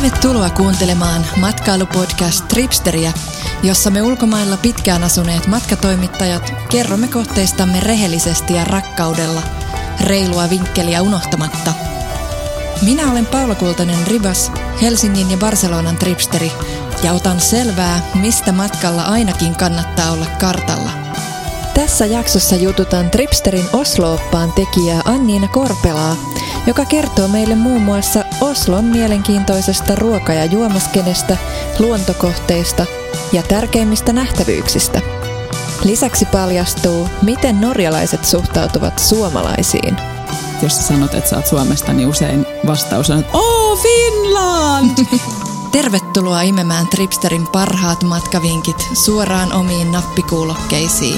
Tervetuloa kuuntelemaan matkailupodcast Tripsteriä, jossa me ulkomailla pitkään asuneet matkatoimittajat kerromme kohteistamme rehellisesti ja rakkaudella, reilua vinkkeliä unohtamatta. Minä olen Paula Kultanen Ribas, Helsingin ja Barcelonan tripsteri, ja otan selvää, mistä matkalla ainakin kannattaa olla kartalla. Tässä jaksossa jututan Tripsterin Oslo-oppaan tekijää Anniina Korpelaa, joka kertoo meille muun muassa Oslon mielenkiintoisesta ruoka- ja juomaskenestä, luontokohteista ja tärkeimmistä nähtävyyksistä. Lisäksi paljastuu, miten norjalaiset suhtautuvat suomalaisiin. Jos sä sanot, että sä oot Suomesta, niin usein vastaus on, että "Oh, Finland!" Tervetuloa imemään Tripsterin parhaat matkavinkit suoraan omiin nappikuulokkeisiin.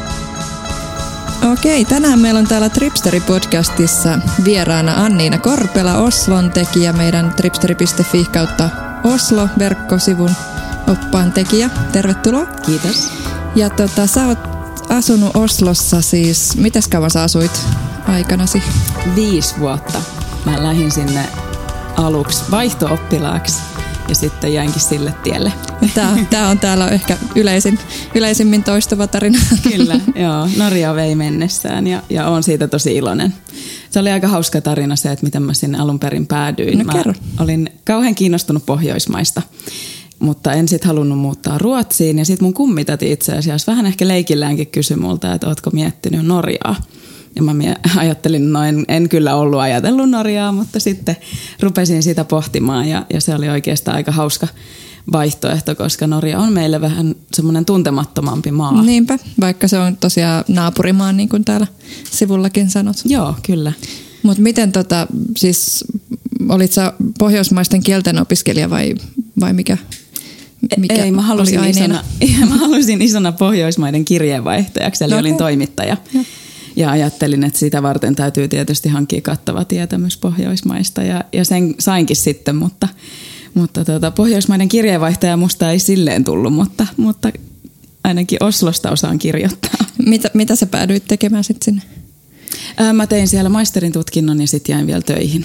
Okei, tänään meillä on täällä Tripsteri-podcastissa vieraana Anniina Korpela, Oslon tekijä, meidän tripsteri.fi kautta Oslo-verkkosivun oppaan tekijä. Tervetuloa. Kiitos. Ja sä oot asunut Oslossa siis, mitäs kauan sä asuit aikanasi? 5 vuotta. Mä lähdin sinne aluksi vaihto-oppilaaksi ja sitten jäinkin sille tielle. Tää on täällä ehkä yleisimmin toistuva tarina. Kyllä, joo. Norja vei mennessään ja oon siitä tosi iloinen. Se oli aika hauska tarina se, että miten mä sinne alun perin päädyin. No, kerro. Mä olin kauhean kiinnostunut Pohjoismaista, mutta en sit halunnut muuttaa Ruotsiin. Ja sit mun kummitäti itse asiassa vähän ehkä leikilläänkin kysyi multa, että ootko miettinyt Norjaa. Ja mä ajattelin, no en kyllä ollut ajatellut Norjaa, mutta sitten rupesin sitä pohtimaan ja se oli oikeastaan aika hauska vaihtoehto, koska Norja on meille vähän semmoinen tuntemattomampi maa. Niinpä, vaikka se on tosiaan naapurimaa, niin kuin täällä sivullakin sanot. Joo, kyllä. Mutta miten siis olit sä pohjoismaisten kielten opiskelija vai mikä Ei, mä halusin isona Pohjoismaiden kirjeenvaihtajaksi, eli olin toimittaja. Ja ajattelin, että sitä varten täytyy tietysti hankkia kattava tietämys Pohjoismaista ja sen sainkin sitten, mutta Pohjoismaiden kirjeenvaihtaja musta ei silleen tullut, mutta ainakin Oslosta osaan kirjoittaa. Mitä sä päädyit tekemään sitten sinne? Mä tein siellä maisterin tutkinnon ja sitten jäin vielä töihin.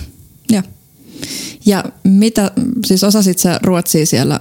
Ja siis osasit sä ruotsia siellä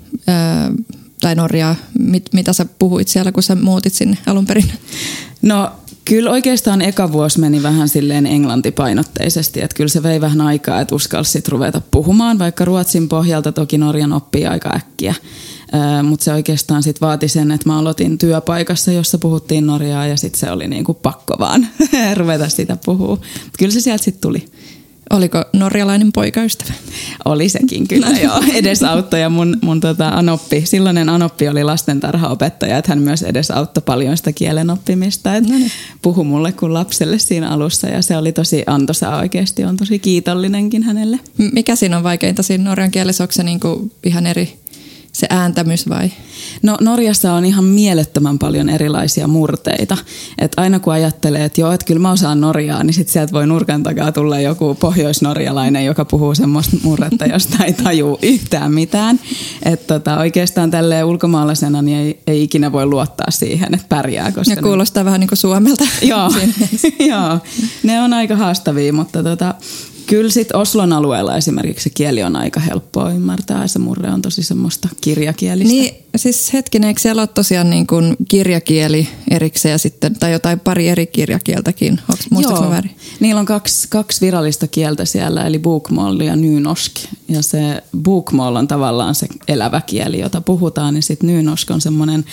tai Norjaa? Mitä sä puhuit siellä, kun sä muutit sinne alun perin? No kyllä oikeastaan eka vuosi meni vähän silleen englantipainotteisesti, että kyllä se vei vähän aikaa, että uskalsit ruveta puhumaan, vaikka ruotsin pohjalta toki Norjan oppii aika äkkiä. Mutta se oikeastaan sitten vaati sen, että mä aloitin työpaikassa, jossa puhuttiin norjaa ja sitten se oli niinku pakko vaan ruveta sitä puhua. Mutta kyllä se sieltä sitten tuli. Oliko norjalainen poikaystävä? Oli sekin kyllä, joo. Edesauttoi ja mun anoppi, silloinen anoppi oli lastentarhaopettaja, että hän myös edesauttoi paljon sitä kielen oppimista. Että puhui mulle kuin lapselle siinä alussa ja se oli tosi antoisaa oikeasti, on tosi kiitollinenkin hänelle. Mikä siinä on vaikeinta siinä norjan kielessä, onko se niinku ihan eri se ääntämys vai? No Norjassa on ihan mielettömän paljon erilaisia murteita. Että aina kun ajattelee, että joo, että kyllä mä osaan norjaa, niin sitten sieltä voi nurkan takaa tulla joku pohjoisnorjalainen, joka puhuu semmoista murretta, josta ei tajuu yhtään mitään. Että oikeastaan tälleen ulkomaalaisena niin ei ikinä voi luottaa siihen, että pärjää. Koska ja kuulostaa vähän niin kuin Suomelta. Joo, ne on aika haastavia, mutta kyllä sitten Oslon alueella esimerkiksi se kieli on aika helppoa ymmärtää ja se murre on tosi semmoista kirjakielistä. Niin, siis hetkinen, eikö siellä ole tosiaan niin kuin kirjakieli erikseen ja sitten, tai jotain pari eri kirjakieltäkin? Muistatko mä väärin? Niillä on kaksi virallista kieltä siellä, eli bokmål ja nynorsk. Ja se bokmål on tavallaan se elävä kieli, jota puhutaan, niin sitten nynorsk on semmoinen.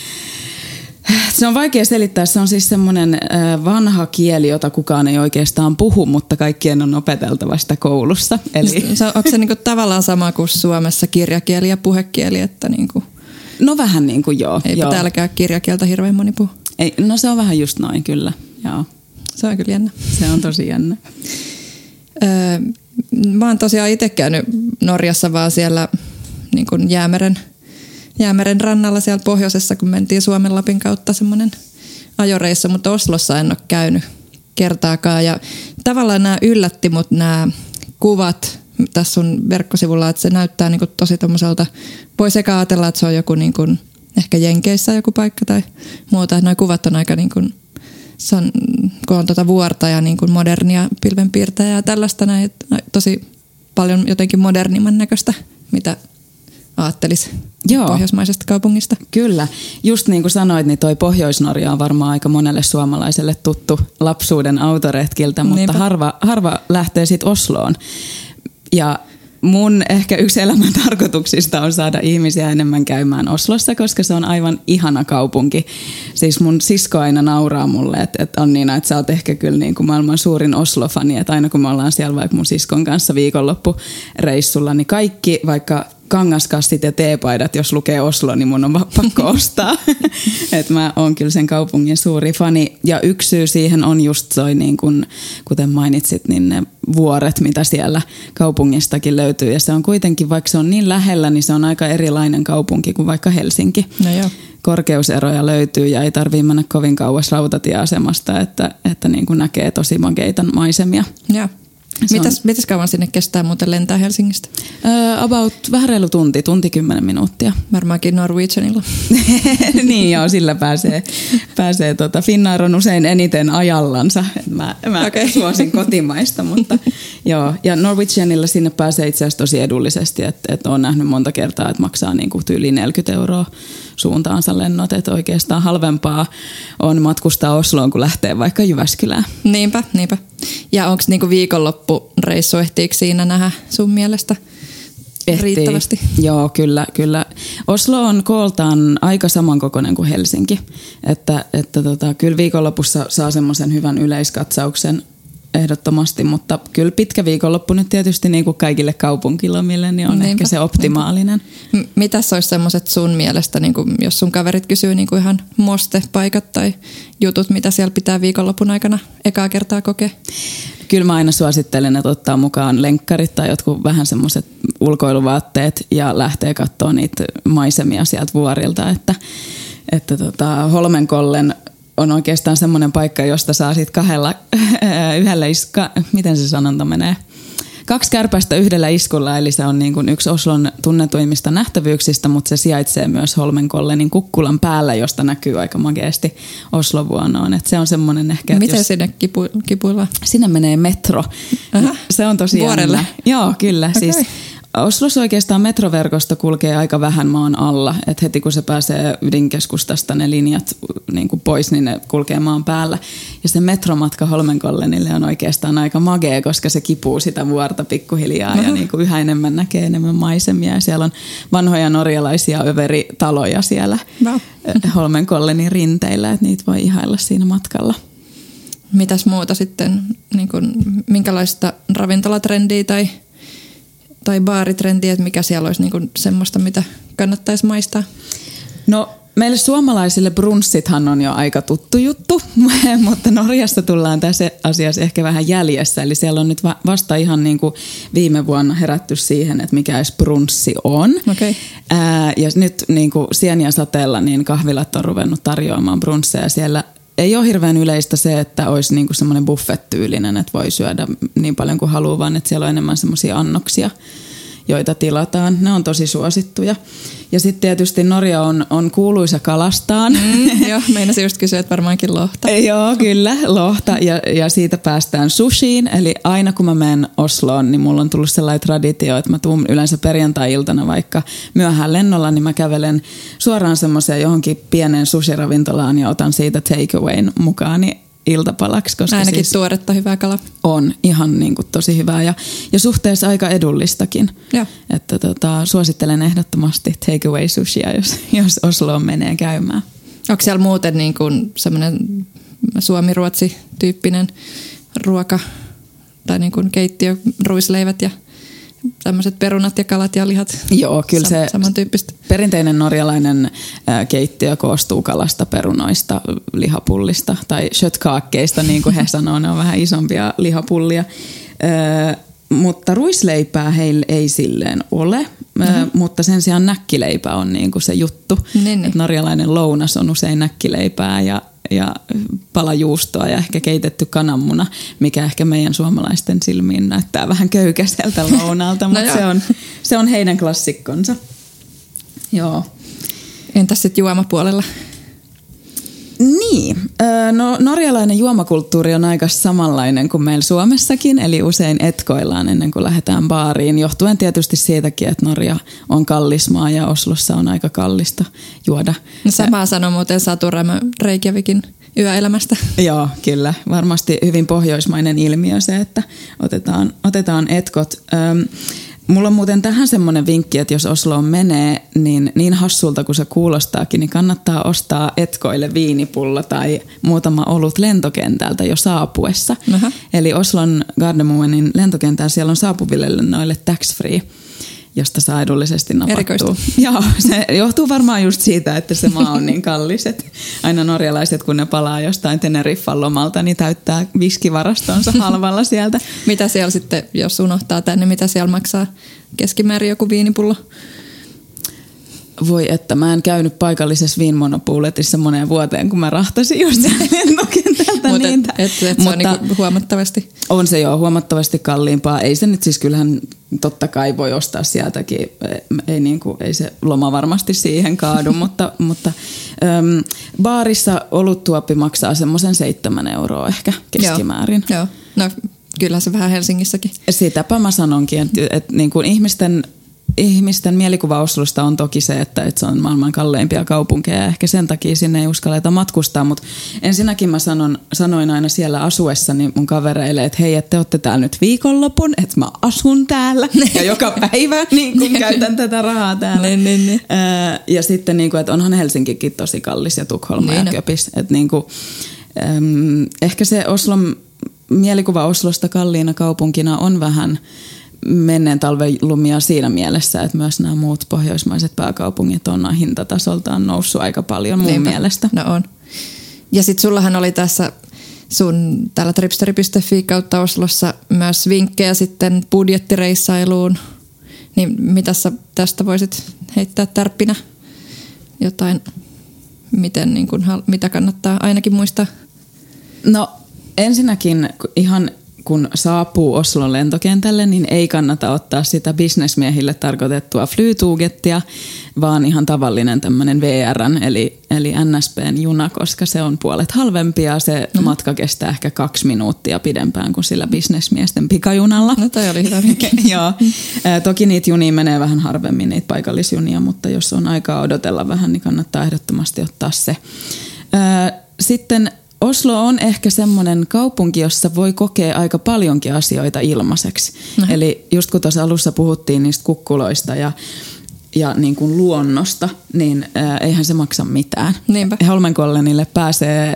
Se on vaikea selittää. Se on siis semmoinen vanha kieli, jota kukaan ei oikeastaan puhu, mutta kaikkien on opeteltava sitä koulussa. Eli onko se niinku tavallaan sama kuin Suomessa kirjakieli ja puhekieli? Että niinku no vähän niin kuin joo. Eipä täälläkään kirjakieltä hirveän moni puhu. Ei, no se on vähän just noin kyllä, joo. Se on kyllä jännä. Se on tosi jännä. Mä oon tosiaan itse käynyt Norjassa vaan siellä niin kuin Jäämeren rannalla siellä pohjoisessa, kun mentiin Suomen Lapin kautta semmoinen ajoreissa, mutta Oslossa en ole käynyt kertaakaan. Ja tavallaan nämä yllätti mut nämä kuvat tässä sun verkkosivulla, että se näyttää niin kuin tosi tommoselta, voi sekä ajatella, että se on joku niin kuin, ehkä Jenkeissä joku paikka tai muuta. Nuo kuvat on aika niin kuin, kun on vuorta ja niin kuin modernia pilvenpiirtäjää ja tällaista näin, tosi paljon jotenkin modernimman näköistä mitä ajattelisi Joo. pohjoismaisesta kaupungista. Kyllä. Just niin kuin sanoit, niin toi Pohjois-Norja on varmaan aika monelle suomalaiselle tuttu lapsuuden autoretkiltä, mutta harva lähtee sitten Osloon. Ja mun ehkä yksi elämän tarkoituksista on saada ihmisiä enemmän käymään Oslossa, koska se on aivan ihana kaupunki. Siis mun sisko aina nauraa mulle, että on niin, että sä oot ehkä kyllä niin kuin maailman suurin Oslo-fani, että aina kun me ollaan siellä vaikka mun siskon kanssa viikonloppureissulla, niin kaikki vaikka kangaskassit ja teepaidat, jos lukee Oslo, niin mun on pakko ostaa. Että mä oon kyllä sen kaupungin suuri fani. Ja yksi syy siihen on just toi, niin kun, kuten mainitsit, niin ne vuoret, mitä siellä kaupungistakin löytyy. Ja se on kuitenkin, vaikka se on niin lähellä, niin se on aika erilainen kaupunki kuin vaikka Helsinki. No joo. Korkeuseroja löytyy ja ei tarvitse mennä kovin kauas rautatieasemasta, että niin kuin näkee tosi makeita maisemia. Joo. Mitäs kauan sinne kestää muuten lentää Helsingistä? About vähän reilu tunti 10 minuuttia. Varmaankin Norwegianilla. Niin joo, sillä pääsee Finnair on usein eniten ajallansa. Mä suosin kotimaista, mutta joo. Ja Norwegianilla sinne pääsee itse asiassa tosi edullisesti, että olen nähnyt monta kertaa, että maksaa niinku tyyli 40 € suuntaansa lennot, että oikeastaan halvempaa on matkustaa Osloon, kun lähtee vaikka Jyväskylään. Niinpä. Ja onko niinku viikonloppureissu, ehtiikö siinä nähdä sun mielestä riittävästi? Joo, kyllä. Oslo on kooltaan aika samankokoinen kuin Helsinki. Että kyllä viikonlopussa saa semmoisen hyvän yleiskatsauksen ehdottomasti, mutta kyllä pitkä viikonloppu nyt tietysti niin kuin kaikille kaupunkilomille niin on ehkä se optimaalinen. Mitäs olisi semmoiset sun mielestä, niin kuin jos sun kaverit kysyy niin kuin ihan mostepaikat tai jutut, mitä siellä pitää viikonlopun aikana ekaa kertaa kokea? Kyllä mä aina suosittelen, että ottaa mukaan lenkkarit tai jotkut vähän semmoiset ulkoiluvaatteet ja lähtee katsoa niitä maisemia sieltä vuorilta, että Holmenkollen on oikeastaan semmoinen paikka, josta saa sitten miten se sanonta menee? 2 kärpästä yhdellä iskulla, eli se on niin kuin yksi Oslon tunnetuimmista nähtävyyksistä, mutta se sijaitsee myös Holmenkollenin kukkulan päällä, josta näkyy aika makeasti Oslovuonoon. Et se on semmoinen ehkä... Miten sinne kipuillaan? Sinne menee metro. Aha. Se on tosi vuorelle? jännä. Joo, kyllä. Okay. Siis Oslossa oikeastaan metroverkosto kulkee aika vähän maan alla, että heti kun se pääsee ydinkeskustasta ne linjat niin kuin pois, niin ne kulkee maan päällä. Ja se metromatka Holmenkollenille on oikeastaan aika magea, koska se kipuu sitä vuorta pikkuhiljaa ja niin kuin yhä enemmän näkee enemmän maisemia. Ja siellä on vanhoja norjalaisia överitaloja siellä Holmenkollenin rinteillä, että niitä voi ihailla siinä matkalla. Mitäs muuta sitten, niin kuin, minkälaista ravintolatrendiä tai baaritrendiä, että mikä siellä olisi niinku semmoista, mitä kannattaisi maistaa? No meille suomalaisille brunssithan on jo aika tuttu juttu, mutta Norjassa tullaan tässä asiassa ehkä vähän jäljessä. Eli siellä on nyt vasta ihan niinku viime vuonna herätty siihen, että mikä edes brunssi on. Okay. Ja nyt niinku sieniä sateella niin kahvilat on ruvennut tarjoamaan brunsseja siellä. Ei ole hirveän yleistä se, että olisi niinku semmoinen buffet-tyylinen, että voi syödä niin paljon kuin haluaa, vaan että siellä on enemmän semmoisia annoksia, joita tilataan. Ne on tosi suosittuja. Ja sitten tietysti Norja on kuuluisa kalastaan. Joo, meinasin just kysyä, että varmaankin lohta. Joo, kyllä, lohta. Ja siitä päästään sushiin. Eli aina kun mä menen Osloon, niin mulla on tullut sellainen traditio, että mä tuun yleensä perjantai-iltana vaikka myöhään lennolla, niin mä kävelen suoraan semmoiseen johonkin pieneen sushi-ravintolaan ja otan siitä takeawayn mukaani iltapalaksi. Koska ainakin siis tuoretta hyvää kalaa. On ihan niin kuin tosi hyvää ja suhteessa aika edullistakin. Joo. Että suosittelen ehdottomasti takeaway sushia, jos Osloon menee käymään. Onko siellä muuten niin kuin semmoinen Suomi-Ruotsi-tyyppinen ruoka tai niin kuin keittiö, ruisleivät ja tämmöiset perunat ja kalat ja lihat? Joo, kyllä se samantyyppistä. Perinteinen norjalainen keittiö koostuu kalasta, perunoista, lihapullista tai köttkaakkeista, niin kuin he sanoo, ne on vähän isompia lihapullia. Mutta ruisleipää heillä ei silleen ole, mutta sen sijaan näkkileipä on niin kuin se juttu. Että norjalainen lounas on usein näkkileipää ja pala juustoa ja ehkä keitetty kananmuna, mikä ehkä meidän suomalaisten silmiin näyttää vähän köykäiseltä lounalta, mutta se on heidän klassikkonsa. Joo. Entäs sitten juomapuolella? Niin, no norjalainen juomakulttuuri on aika samanlainen kuin meillä Suomessakin, eli usein etkoillaan ennen kuin lähdetään baariin, johtuen tietysti siitäkin, että Norja on kallis maa ja Oslossa on aika kallista juoda. No samaa sanoi muuten Satu Rämö Reykjavikin yöelämästä. Joo, kyllä. Varmasti hyvin pohjoismainen ilmiö se, että otetaan etkot. Mulla on muuten tähän semmoinen vinkki, että jos Osloon menee, niin hassulta kuin se kuulostaakin, niin kannattaa ostaa etkoille viinipullo tai muutama olut lentokentältä jo saapuessa. Uh-huh. Eli Oslon Gardermoenin lentokentällä siellä on saapuville lennoille tax free, josta saa edullisesti napattua. Erikoista. Joo, se johtuu varmaan just siitä, että se maa on niin kallis, että aina norjalaiset, kun ne palaa jostain Teneriffan lomalta, niin täyttää viskivarastonsa halvalla sieltä. Mitä siellä sitten, jos unohtaa tänne, mitä siellä maksaa keskimäärin joku viinipullo? Voi että, mä en käynyt paikallisessa Vinmonopoletissa moneen vuoteen, kun mä rahtasin just lentokentältä. Se on niinku huomattavasti. On se joo, huomattavasti kalliimpaa. Ei se nyt siis, kyllähän totta kai voi ostaa sieltäkin. Ei se loma varmasti siihen kaadu, mutta baarissa oluttuoppi maksaa semmoisen 7 € ehkä keskimäärin. Joo. No kyllä se vähän Helsingissäkin. Sitäpä mä sanonkin, että niin kuin ihmisten mielikuva Oslosta on toki se, että se on maailman kalleimpia kaupunkeja ja ehkä sen takia sinne ei uskalleta matkustaa, mutta ensinnäkin mä sanoin aina siellä asuessani mun kavereille, että hei, että te olette täällä nyt viikonlopun, että mä asun täällä ja joka päivä niin kun käytän tätä rahaa täällä. Ja sitten, niin kuin, että onhan Helsinkikin tosi kallis ja Tukholma ja Köpis. Että, niin kuin, ehkä se mielikuva Oslosta kalliina kaupunkina on vähän menneen talven lumia siinä mielessä, että myös nämä muut pohjoismaiset pääkaupungit on hintatasoltaan noussut aika paljon mun mielestä. No on. Ja sit sullahan oli tässä sun täällä tripsteri.fi kautta Oslossa myös vinkkejä sitten budjettireissailuun. Niin mitä sä tästä voisit heittää tärppinä? Jotain, mitä kannattaa ainakin muistaa? No ensinnäkin ihan kun saapuu Oslon lentokentälle, niin ei kannata ottaa sitä bisnesmiehille tarkoitettua flytugettia, vaan ihan tavallinen tämmöinen VR:n eli NSB:n juna, koska se on puolet halvempi ja se matka kestää ehkä 2 minuuttia pidempään kuin sillä bisnesmiesten pikajunalla. No toi oli hyvä vinkki. Joo. Toki niitä junia menee vähän harvemmin, niitä paikallisjunia, mutta jos on aikaa odotella vähän, niin kannattaa ehdottomasti ottaa se. Sitten Oslo on ehkä semmoinen kaupunki, jossa voi kokea aika paljonkin asioita ilmaiseksi. Eli just kun tuossa alussa puhuttiin niistä kukkuloista ja niin kuin luonnosta, niin eihän se maksa mitään. Niinpä. Holmenkollenille pääsee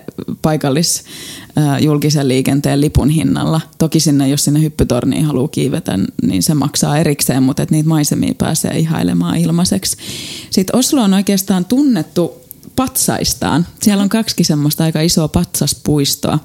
julkisen liikenteen lipun hinnalla. Toki jos sinne hyppytorniin haluaa kiivetä, niin se maksaa erikseen, mutta niitä maisemia pääsee ihailemaan ilmaiseksi. Sitten Oslo on oikeastaan tunnettu patsaistaan. Siellä on 2 semmoista aika isoa patsaspuistoa,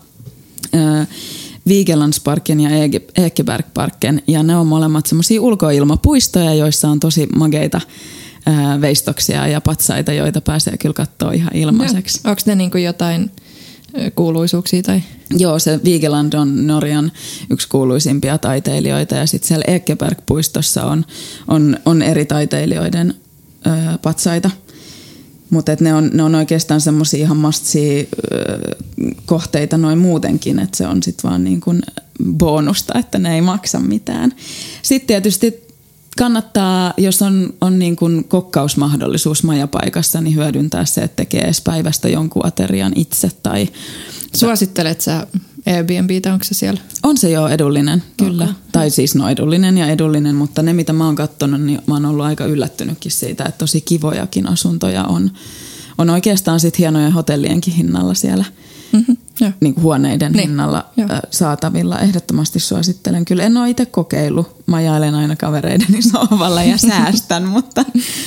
Vigelandsparken ja Ekebergparken, ja ne on molemmat semmoisia ulkoilmapuistoja, joissa on tosi mageita veistoksia ja patsaita, joita pääsee kyllä katsoa ihan ilmaiseksi. Onko ne niinku jotain kuuluisuuksia? Tai? Joo, se Vigeland on Norjan yksi kuuluisimpia taiteilijoita, ja sitten siellä Ekeberg-puistossa on eri taiteilijoiden patsaita. Mutta ne on oikeastaan semmoisia ihan must-see-kohteita noin muutenkin, että se on sitten vaan niin kuin bonusta, että ne ei maksa mitään. Sitten tietysti kannattaa, jos on niin kuin kokkausmahdollisuus majapaikassa, niin hyödyntää se, että tekee edes päivästä jonkun aterian itse. Suosittelet sä Airbnb:tä, onko se siellä? On se jo edullinen, kyllä. Okay. Tai siis edullinen, mutta ne mitä mä oon katsonut, niin mä oon ollut aika yllättynytkin siitä, että tosi kivojakin asuntoja on. On oikeastaan sit hienojen hotellienkin hinnalla siellä, niin kuin huoneiden hinnalla saatavilla. Ehdottomasti suosittelen. Kyllä en ole itse kokeillut. Majailen aina kavereideni sohvalla ja säästän, mutta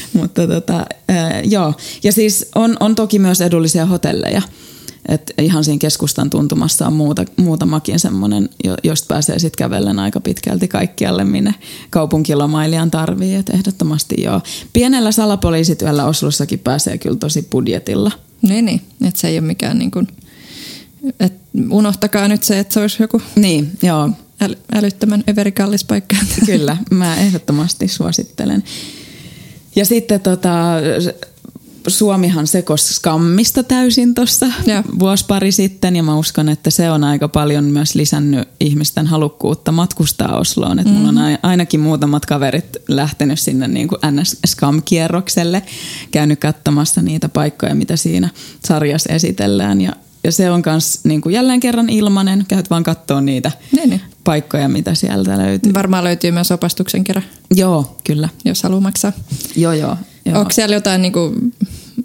joo. Ja siis on toki myös edullisia hotelleja. Et ihan siinä keskustan tuntumassa on muutamakin semmoinen, josta pääsee sitten kävellen aika pitkälti kaikkialle, minne kaupunkilomailijan tarvii. Et ehdottomasti joo. Pienellä salapoliisityöllä Oslossakin pääsee kyllä tosi budjetilla. Niin. Että se ei ole mikään niin kuin, että unohtakaa nyt se, että se olisi joku älyttömän överikallis paikka. Kyllä, mä ehdottomasti suosittelen. Ja sitten Suomihan sekosi skammista täysin tuossa vuosi pari sitten ja mä uskon, että se on aika paljon myös lisännyt ihmisten halukkuutta matkustaa Osloon. Että mulla on ainakin muutamat kaverit lähtenyt sinne niin kuin NS-skam-kierrokselle, käynyt katsomassa niitä paikkoja, mitä siinä sarjassa esitellään ja se on myös niin kuin jälleen kerran ilmainen, käyt vaan katsoa niitä paikkoja, mitä sieltä löytyy. Varmaan löytyy myös opastuksen kerran. Joo, kyllä. Jos haluaa maksaa. Joo. Onko siellä jotain niin kuin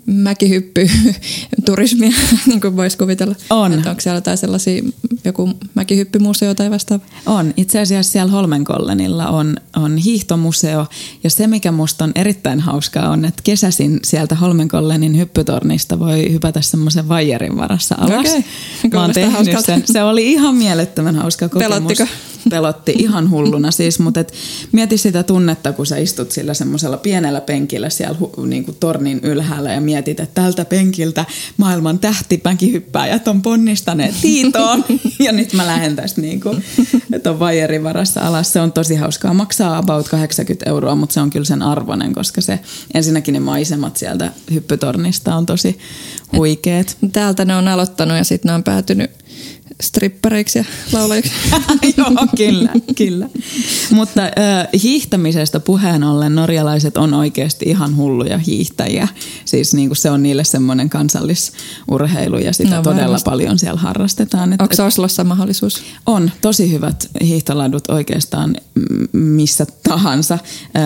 mäkihyppyturismia, niin kuin voisi kuvitella? On. Että onko siellä jotain sellaisia, joku mäkihyppymuseo tai vastaava? On. Itse asiassa siellä Holmenkollenilla on hiihtomuseo ja se, mikä musta on erittäin hauskaa, on, että kesäisin sieltä Holmenkollenin hyppytornista voi hypätä semmoisen vaijerin varassa alas. Okei. Mä oon tehnyt sen. Se oli ihan mielettömän hauska kokemus. Pelottiko? Pelotti ihan hulluna siis, mutta mieti sitä tunnetta, kun sä istut sillä semmoisella pienellä penkillä siellä niin kuin tornin ylhäällä ja mietit, että tältä penkiltä maailman tähtimäkihyppääjät on ponnistaneet tiitoon ja nyt mä lähden tästä niin kuin ton vaijerin varassa alas. Se on tosi hauskaa. Maksaa about 80 €, mutta se on kyllä sen arvoinen, koska se ensinnäkin ne maisemat sieltä hyppytornista on tosi huikeet. Täältä ne on aloittanut ja sitten ne on päätynyt strippareiksi ja laulajiksi. Joo, kyllä. Mutta hiihtämisestä puheen ollen norjalaiset on oikeasti ihan hulluja hiihtäjiä. Siis niin kuin se on niille semmoinen kansallisurheilu ja sitä todella paljon siellä harrastetaan. Onko Oslossa mahdollisuus? On tosi hyvät hiihtoladut oikeastaan missä tahansa.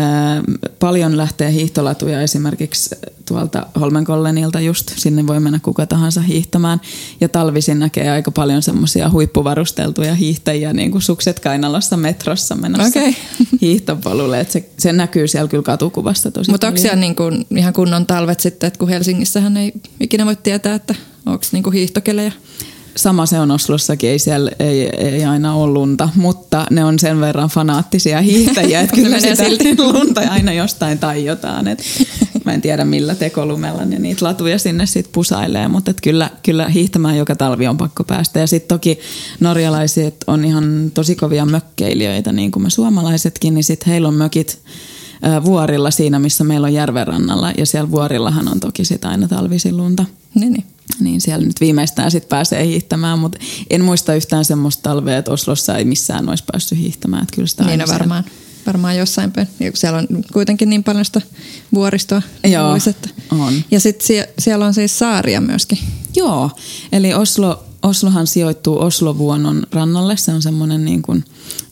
Paljon lähtee hiihtolatuja esimerkiksi tuolta Holmenkollenilta just. Sinne voi mennä kuka tahansa hiihtämään. Ja talvisin näkee aika paljon semmoisia huippuvarusteltuja hiihtäjiä, niin kuin sukset kainalossa metrossa menossa hiihtopolulle. Että se näkyy siellä kyllä katukuvasta tosi Mutta paljon. onko siellä niin kuin ihan kunnon talvet sitten, että kun Helsingissähän ei ikinä voi tietää, että onko niin kuin hiihtokelejä? Sama se on Oslossakin, ei siellä ei aina ole lunta, mutta ne on sen verran fanaattisia hiihtäjiä, että kyllä sitä lunta aina jostain taiotaan. Mä en tiedä millä tekolumella ne niitä latuja sinne sit pusailee, mutta kyllä hiihtämään joka talvi on pakko päästä. Ja sitten toki norjalaiset on ihan tosi kovia mökkeilijöitä, niin kuin me suomalaisetkin, niin sitten heillä on mökit vuorilla siinä, missä meillä on järvenrannalla. Ja siellä vuorillahan on toki sit aina talvisin lunta. Niin siellä nyt viimeistään sit pääsee hiihtämään, mutta en muista yhtään semmoista talvea, että Oslossa ei missään olisi päässyt hiihtämään. Että kyllä sitä niin varmaan jossain päin. Siellä on kuitenkin niin paljon sitä vuoristoa. Joo, on. Ja sitten siellä on siis saaria myöskin. Joo, eli Oslohan sijoittuu Oslovuonon rannalle. Se on semmoinen niin kuin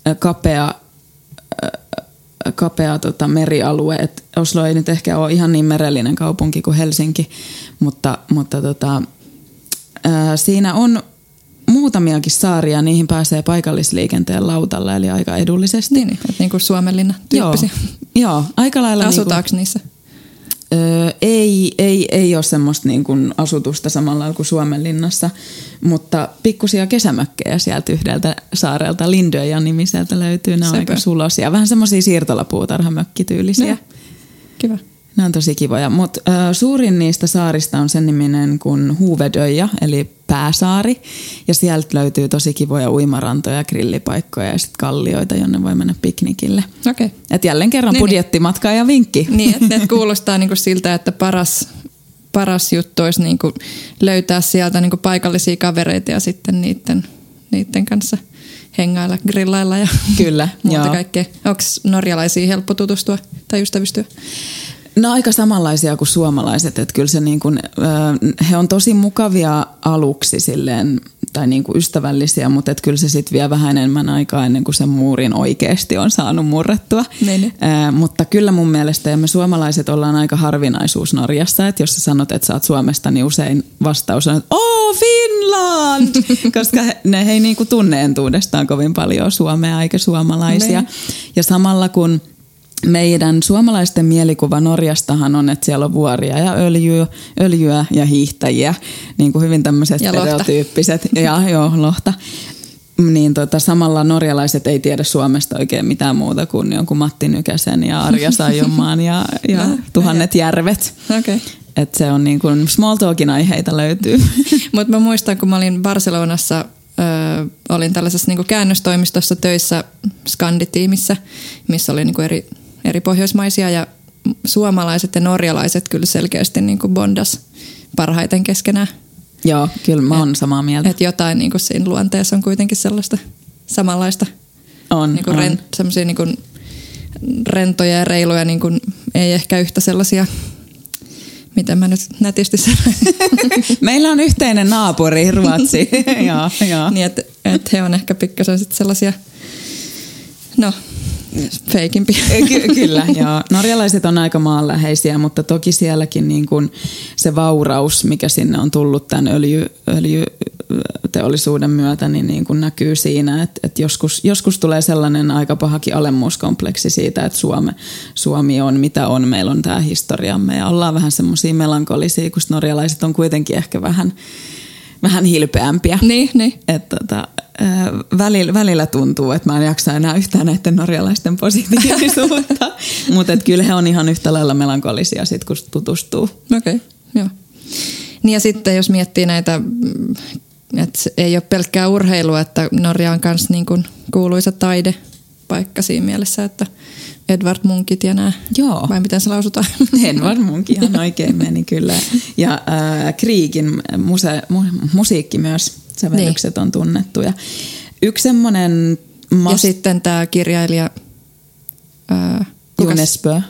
kapea merialue. Et Oslo ei nyt ehkä ole ihan niin merellinen kaupunki kuin Helsinki, mutta siinä on muutamiakin saaria, niihin pääsee paikallisliikenteen lautalla, eli aika edullisesti. Niin kuin Suomenlinna tyyppisiä. Joo, aika lailla. Asutaanko niissä? Ei ole semmoista niin kuin asutusta samalla lailla kuin Suomenlinnassa, mutta pikkusia kesämökkejä sieltä yhdeltä saarelta, Lindöjan nimiseltä löytyy, ne on aika sulosia. Vähän semmoisia siirtolapuu-tarhamökkityylisiä. Kiva. Ne on tosi kivoja, mutta suurin niistä saarista on sen niminen kuin Huvedöja, eli pääsaari. Ja sieltä löytyy tosi kivoja uimarantoja, grillipaikkoja ja sitten kallioita, jonne voi mennä piknikille. Okei. Et jälleen kerran budjettimatka ja vinkki. Niin, että kuulostaa niinku siltä, että paras juttu olisi niinku löytää sieltä niinku paikallisia kavereita ja sitten niiden kanssa hengailla, grillailla ja kyllä, muuta kaikkea. Onko norjalaisia helppo tutustua tai ystävystyä? No aika samanlaisia kuin suomalaiset, että kyllä se niin kuin, he on tosi mukavia aluksi silleen, tai niin kuin ystävällisiä, mutta että kyllä se sitten vie vähän enemmän aikaa ennen kuin sen muurin oikeasti on saanut murrettua. Mutta kyllä mun mielestä, ja me suomalaiset ollaan aika harvinaisuus Norjassa, että jos sä sanot, että sä oot Suomesta, niin usein vastaus on, että Finland! Koska he ei niin kuin tunne entuudestaan kovin paljon suomea eikä suomalaisia. Ja samalla kun meidän suomalaisten mielikuva Norjastahan on, että siellä on vuoria ja öljyä ja hiihtäjiä, niin kuin hyvin tämmöiset stereotyyppiset. Lohta. Niin samalla norjalaiset ei tiedä Suomesta oikein mitään muuta kuin jonkun Matti Nykäsen ja Arja Saijonmaan ja tuhannet järvet. Okay. Että se on niin kuin small talkin aiheita löytyy. Mutta mä muistan, kun mä olin Barcelonassa, olin tällaisessa niin kuin käännöstoimistossa töissä Skanditiimissä, missä oli niin kuin eri pohjoismaisia ja suomalaiset ja norjalaiset kyllä selkeästi niin kuin bondas parhaiten keskenään. Joo, kyllä mä oon samaa mieltä. Että jotain niin kuin siinä luonteessa on kuitenkin sellaista samanlaista. On, niin kuin semmoisia niin kuin rentoja ja reiluja, niin kuin, ei ehkä yhtä sellaisia, miten mä nyt nätisti sanoin. Meillä on yhteinen naapuri, Ruotsi. Joo. Niin, että he on ehkä pikkasen sit sellaisia, feikimpiä. Kyllä, joo. Norjalaiset on aika maanläheisiä, mutta toki sielläkin niin kuin se vauraus, mikä sinne on tullut tämän öljyteollisuuden myötä, niin kuin näkyy siinä, että joskus tulee sellainen aika pahakin alemmuuskompleksi siitä, että Suomi on mitä on, meillä on tämä historiamme ja ollaan vähän semmoisia melankolisia, kun norjalaiset on kuitenkin ehkä vähän hilpeämpiä. Niin. Että välillä tuntuu, että mä en jaksa enää yhtään näiden norjalaisten positiivisuutta, mutta kyllä he on ihan yhtä lailla melankolisia sit, kun tutustuu. Okei, joo. Niin ja sitten jos miettii näitä, että ei ole pelkkää urheilua, että Norja on myös niin kuin kuuluisa taidepaikka siinä mielessä, että Edvard Munkit ja nämä, joo. Vai miten se lausutaan? Edvard Munch ihan oikein meni kyllä. Ja Kriegin musiikki myös, sävellykset on tunnettu. Ja yksi semmoinen... Ja sitten tämä kirjailija... Jonesbö.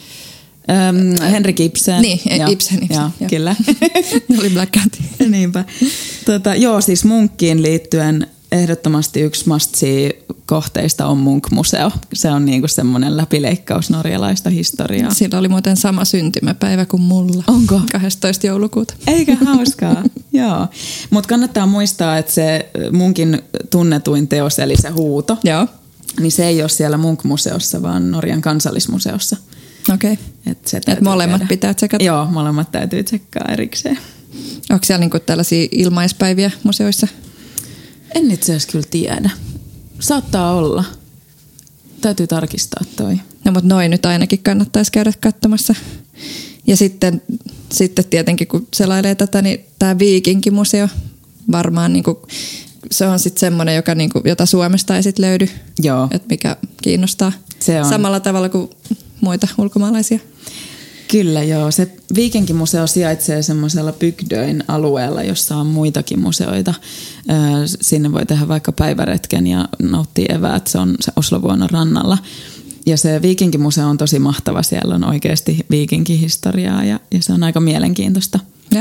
Henrik Ibsen. Niin, Ibsen. Joo. Kyllä. Oli Black Cat. Niinpä. Joo, siis Munkkiin liittyen ehdottomasti yksi must-see-kohteista on Munch-museo. Se on niinku semmoinen läpileikkaus norjalaista historiaa. Sillä oli muuten sama syntymäpäivä kuin mulla. Onko? 12. joulukuuta. Eikä hauskaa. Joo. Mutta kannattaa muistaa, että se Munkin tunnetuin teos, eli se huuto, joo. Niin se ei ole siellä Munch-museossa, vaan Norjan kansallismuseossa. Okei. Että molemmat pitää tsekata? Joo, molemmat täytyy tsekkaa erikseen. Onko siellä niinku tällaisia ilmaispäiviä museoissa? En itse asiassa kyllä tiedä. Saattaa olla. Täytyy tarkistaa toi. No mutta noin nyt ainakin kannattaisi käydä katsomassa. Ja sitten tietenkin kun selailee tätä, niin tämä Viikinkimuseo varmaan niinku, se on sitten semmoinen, jota Suomesta ei sitten löydy. Joo. Että mikä kiinnostaa. Se on. Samalla tavalla kuin muita ulkomaalaisia. Kyllä joo. Se Viikinkimuseo sijaitsee semmoisella Bygdön alueella, jossa on muitakin museoita. Sinne voi tehdä vaikka päiväretken ja nauttia eväät. Se on se Oslovuonon rannalla. Ja se Viikinkimuseo on tosi mahtava. Siellä on oikeasti viikinkihistoriaa ja se on aika mielenkiintoista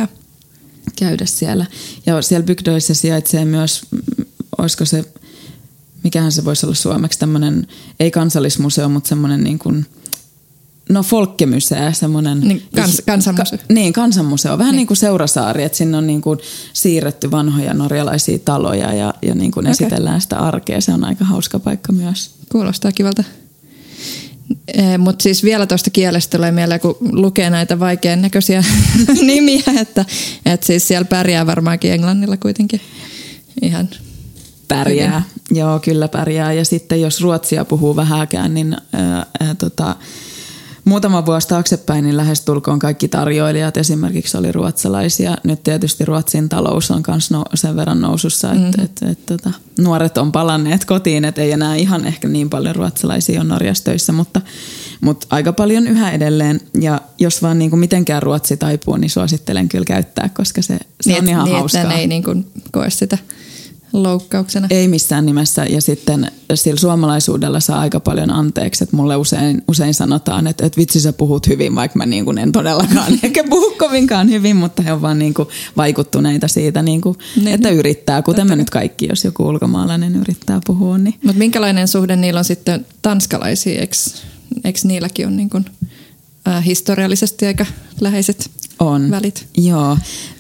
käydä siellä. Ja siellä Bygdöissä sijaitsee myös, olisiko se, mikähän se voisi olla suomeksi, tämmöinen, ei kansallismuseo, mutta semmoinen niin kuin, folkemuseo, semmoinen... Niin, kansanmuseo. Kansanmuseo. Vähän niin kuin Seurasaari, että sinne on niin kuin siirretty vanhoja norjalaisia taloja ja niin kuin esitellään sitä arkea. Se on aika hauska paikka myös. Kuulostaa kivalta. Mutta siis vielä tuosta kielestä tulee mieleen, kun lukee näitä vaikean näköisiä nimiä, että siis siellä pärjää varmaankin englannilla kuitenkin ihan... Pärjää, joo kyllä pärjää. Ja sitten jos ruotsia puhuu vähääkään, niin muutama vuosi taaksepäin niin lähestulkoon kaikki tarjoilijat esimerkiksi oli ruotsalaisia. Nyt tietysti Ruotsin talous on myös sen verran nousussa, että nuoret on palanneet kotiin, että ei enää ihan ehkä niin paljon ruotsalaisia on Norjassa töissä, mutta aika paljon yhä edelleen. Ja jos vaan niin kuin mitenkään ruotsi taipuu, niin suosittelen kyllä käyttää, koska se on ihan hauskaa. Että ne ei niin kuin koe sitä loukkauksena. Ei missään nimessä, ja sitten sillä suomalaisuudella saa aika paljon anteeksi, että mulle usein sanotaan, että vitsi sä puhut hyvin, vaikka mä niin kuin en todellakaan ehkä puhu kovinkaan hyvin, mutta he on vaan niin kuin vaikuttuneita siitä, niin kuin, että yrittää, kuten me nyt kaikki, jos joku ulkomaalainen yrittää puhua. Niin. Mutta minkälainen suhde niillä on sitten tanskalaisiin, eikö niilläkin ole niin kuin, historiallisesti aika läheiset välit? Joo.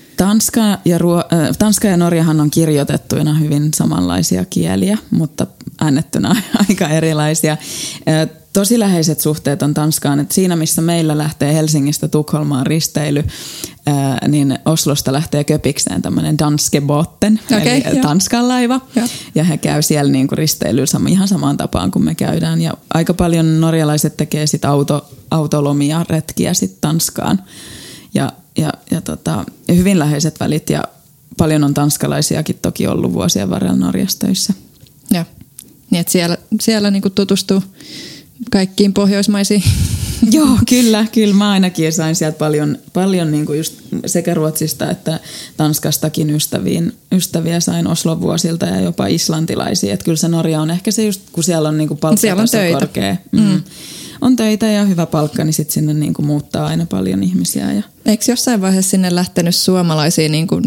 Tanska ja Norjahan on kirjoitettuina hyvin samanlaisia kieliä, mutta äänettynä aika erilaisia. Tosi läheiset suhteet on Tanskaan, että siinä missä meillä lähtee Helsingistä Tukholmaan risteily, niin Oslosta lähtee Köpikseen tämmöinen Danske Båten, eli Tanskan laiva. Ja he käy siellä niinku risteilyllä ihan samaan tapaan kuin me käydään. Ja aika paljon norjalaiset tekee sit autolomia, retkiä sit Tanskaan. Ja hyvin läheiset välit ja paljon on tanskalaisiakin toki ollut vuosien varrella Norjassa töissä. Joo, niin että siellä niinku tutustuu kaikkiin pohjoismaisiin. Joo, kyllä. Mä ainakin sain sieltä paljon niin kuin just sekä Ruotsista että Tanskastakin ystäviä sain Oslon vuosilta ja jopa islantilaisia. Että kyllä se Norja on ehkä se just, kun siellä on niin kuin palkkataso korkea. On töitä ja hyvä palkka, niin sitten sinne niin kuin muuttaa aina paljon ihmisiä. Ja... Eikö jossain vaiheessa sinne lähtenyt suomalaisia niin kuin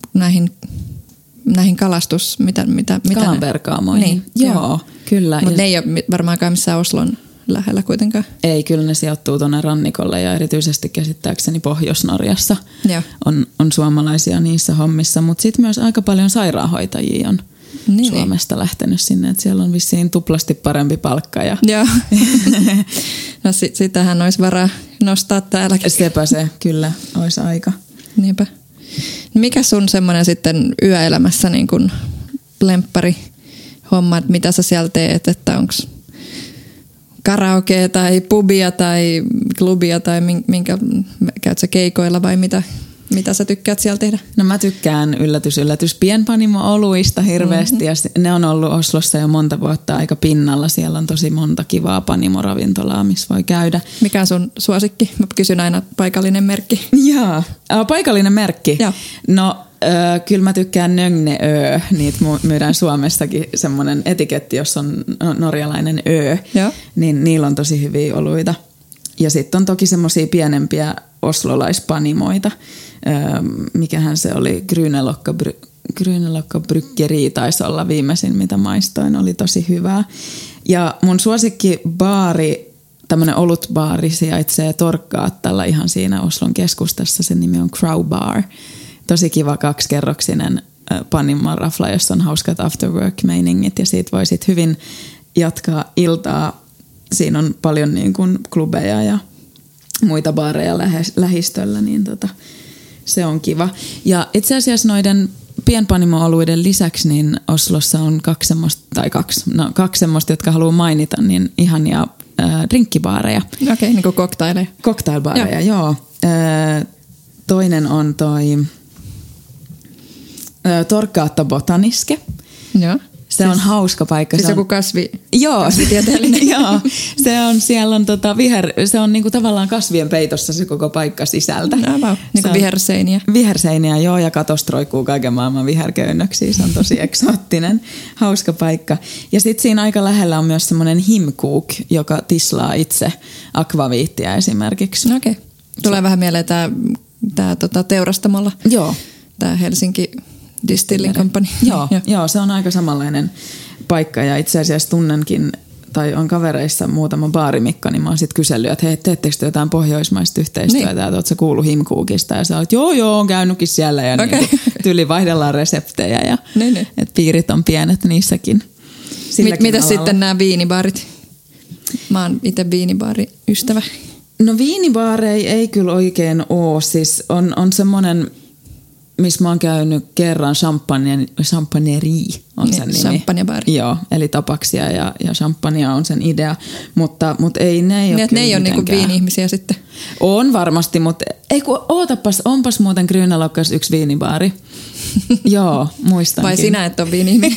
näihin kalastus... Kalanperkaamoihin. Niin, joo, kyllä. Mutta ne ei ole varmaankaan missään Oslon lähellä kuitenkaan. Ei, kyllä ne sijoittuu tuonne rannikolle ja erityisesti käsittääkseni Pohjois-Norjassa on suomalaisia niissä hommissa. Mutta sitten myös aika paljon sairaanhoitajia on Suomesta lähtenyt sinne, että siellä on vissiin tuplasti parempi palkka. Ja... Joo. No sitähän olisi varaa nostaa täälläkin. Sepä se, kyllä, olisi aika. Niinpä. Mikä sun semmoinen sitten yöelämässä niin kuin lemppari homma, että mitä sä siellä teet, että onko karaokea tai pubia tai klubia tai käyt sä keikoilla vai mitä sä tykkäät siellä tehdä? No mä tykkään yllätys pienpanimo-oluista hirveästi ja ne on ollut Oslossa jo monta vuotta aika pinnalla. Siellä on tosi monta kivaa panimoravintolaa, missä voi käydä. Mikä on sun suosikki? Mä kysyn aina paikallinen merkki. Jaa, paikallinen merkki? Joo. No kyllä mä tykkään Nögne-ö, niitä myydään Suomessakin semmoinen etiketti, jossa on norjalainen ö, niin niillä on tosi hyviä oluita. Ja sitten on toki semmoisia pienempiä oslolaispanimoita, mikähän se oli, Grünelokka Bryggeri taisi olla viimeisin, mitä maistoin, oli tosi hyvää. Ja mun suosikki baari, tämmönen olutbaari sijaitsee Torkkaattalla ihan siinä Oslon keskustassa, sen nimi on Crow Bar. Tosi kiva 2-kerroksinen panimorafla, jossa on hauskat after work-meiningit ja siitä voi sit hyvin jatkaa iltaa. Siinä on paljon niin kuin klubeja ja muita baareja lähistöllä, niin se on kiva. Ja itse asiassa noiden pienpanimo-oluiden lisäksi niin Oslossa on kaksi semmoista, jotka haluan mainita, niin ihania drinkkibaareja. Okei, niin kuin cocktailbaareja. Cocktailbaareja, joo. Toinen on toi Torkkaatta Botaniske. Joo. Se on hauska paikka. Siis joku kasvitieteellinen. Joo, siellä on se on niinku tavallaan kasvien peitossa se koko paikka sisältä. Niinku viherseiniä. Viherseiniä, joo, ja katosta roikkuu kaiken maailman viherköynnöksiä. Se on tosi eksoottinen, hauska paikka. Ja sitten siinä aika lähellä on myös semmoinen himkook, joka tislaa itse akvaviittiä esimerkiksi. Okei. Tulee vähän mieleen tää teurastamolla. Joo. Tää Helsinki Distilling Company. Joo, se on aika samanlainen paikka ja itse asiassa tunnenkin, tai on kavereissa muutama baarimikko, niin mä oon sit kysellyt, että hei, teettekö te jotain pohjoismaista yhteistyötä, että oot sä kuullut himkookista, ja sä oot, joo, on käynytkin siellä, ja niin tyyli vaihdellaan reseptejä, ja että piirit on pienet niissäkin. Mitäs sitten nämä viinibaarit? Mä oon itse viinibaariystävä. No viinibaareja ei kyllä oikein oo, siis on semmonen, missä mä oon käynyt kerran Champagneri on sen nimi. Champagnebaari. Joo, eli tapaksia ja champagnea on sen idea, mutta ei ne ei ole ne ei ole niinku viini-ihmisiä sitten. On varmasti, mutta ei kun ootapas, onpas muuten Grünelokkas yksi viinibaari. Joo, muistankin. Vai sinä et ole viini-ihminen?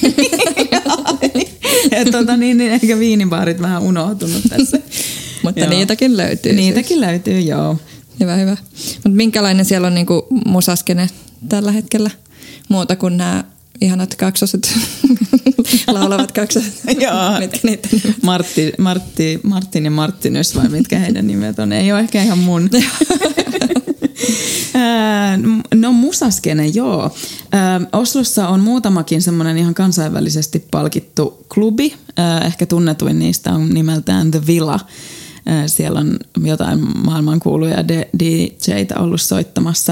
niin, eikä viinibaarit vähän unohtunut tässä. Mutta niitäkin löytyy. Niitäkin löytyy, joo. Hyvä. Mutta minkälainen siellä on niinku musaskene tällä hetkellä? Muuta kuin nämä ihanat kaksoset, laulavat kaksoset. Joo. Mitkä niitä nimet? Martin ja Martinus vai mitkä heidän nimet on? Ei ole ehkä ihan mun. No musaskene, joo. Oslossa on muutamakin semmoinen ihan kansainvälisesti palkittu klubi. Ehkä tunnetuin niistä on nimeltään The Villa. Siellä on jotain maailmankuuluja DJ:tä ollut soittamassa.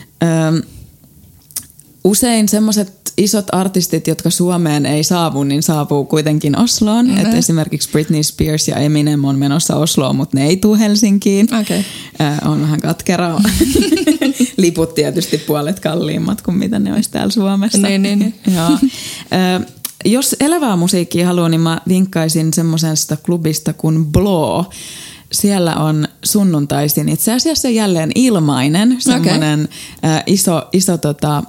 Usein semmoiset isot artistit, jotka Suomeen ei saavu, niin saapuu kuitenkin Osloon. Mm-hmm. Et esimerkiksi Britney Spears ja Eminem on menossa Osloon, mutta ne ei tule Helsinkiin. Okay. On vähän katkeraa. Liput tietysti puolet kalliimmat kuin mitä ne olisi täällä Suomessa. Niin. Joo. Jos elävää musiikkia haluaa, niin mä vinkkaisin semmoisesta klubista kuin Blå. Siellä on sunnuntaisin itse asiassa jälleen ilmainen semmoinen iso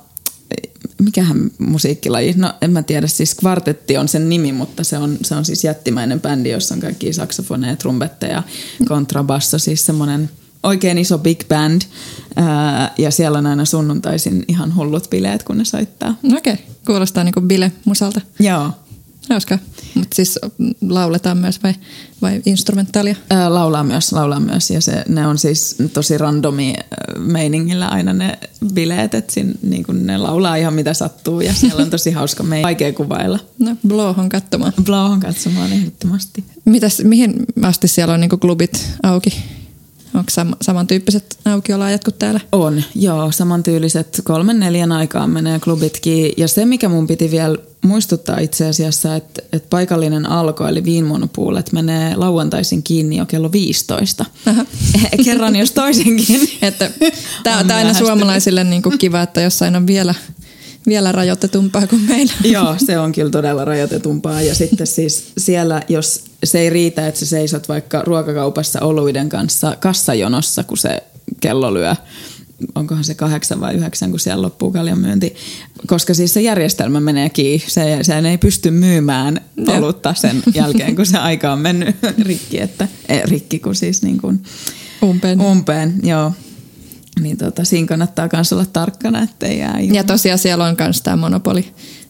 mikähän musiikkilaji, no en mä tiedä, siis kvartetti on sen nimi, mutta se on siis jättimäinen bändi, jossa on kaikki saksofoneja, trumpetteja, kontrabasso, siis semmoinen oikein iso big band, ja siellä on aina sunnuntaisin ihan hullut bileet, kun ne soittaa. Okei, kuulostaa niinku bile-musalta. Joo. Hauskaa. Mutta siis lauletaan myös vai instrumentaalia? Laulaa myös ja ne on siis tosi randomi meiningillä aina ne bileet, että niin ne laulaa ihan mitä sattuu ja siellä on tosi hauska vaikea kuvailla. No, Blowhon katsomaan. Blowhon katsomaan ehdottomasti. Mihin asti siellä on niinku klubit auki? Onko samantyyppiset aukioloajat kuin täällä? On, joo. Samantyyliset 3-4 aikaan menee klubitkin. Ja se, mikä mun piti vielä muistuttaa itse asiassa, että paikallinen Alko, eli Viinmonopoolet, menee lauantaisin kiinni jo kello 15. Aha. Kerran jos toisenkin. Tämä on aina suomalaisille niinku kiva, että jossain on vielä rajoitetumpaa kuin meillä. Joo, se on kyllä todella rajoitetumpaa. Ja sitten siis siellä, jos se ei riitä, että sä seisot vaikka ruokakaupassa oluiden kanssa kassajonossa, kun se kello lyö, onkohan se 8 vai 9, kun siellä loppuu kaljan myynti. Koska siis se järjestelmä menee kiinni. Se ei pysty myymään olutta sen jälkeen, kun se aika on mennyt rikki. Rikki, kun siis niin kuin umpeen, joo. Niin siinä kannattaa myös olla tarkkana, ettei jää ilman. Ja tosiaan siellä on myös tämä monopoli.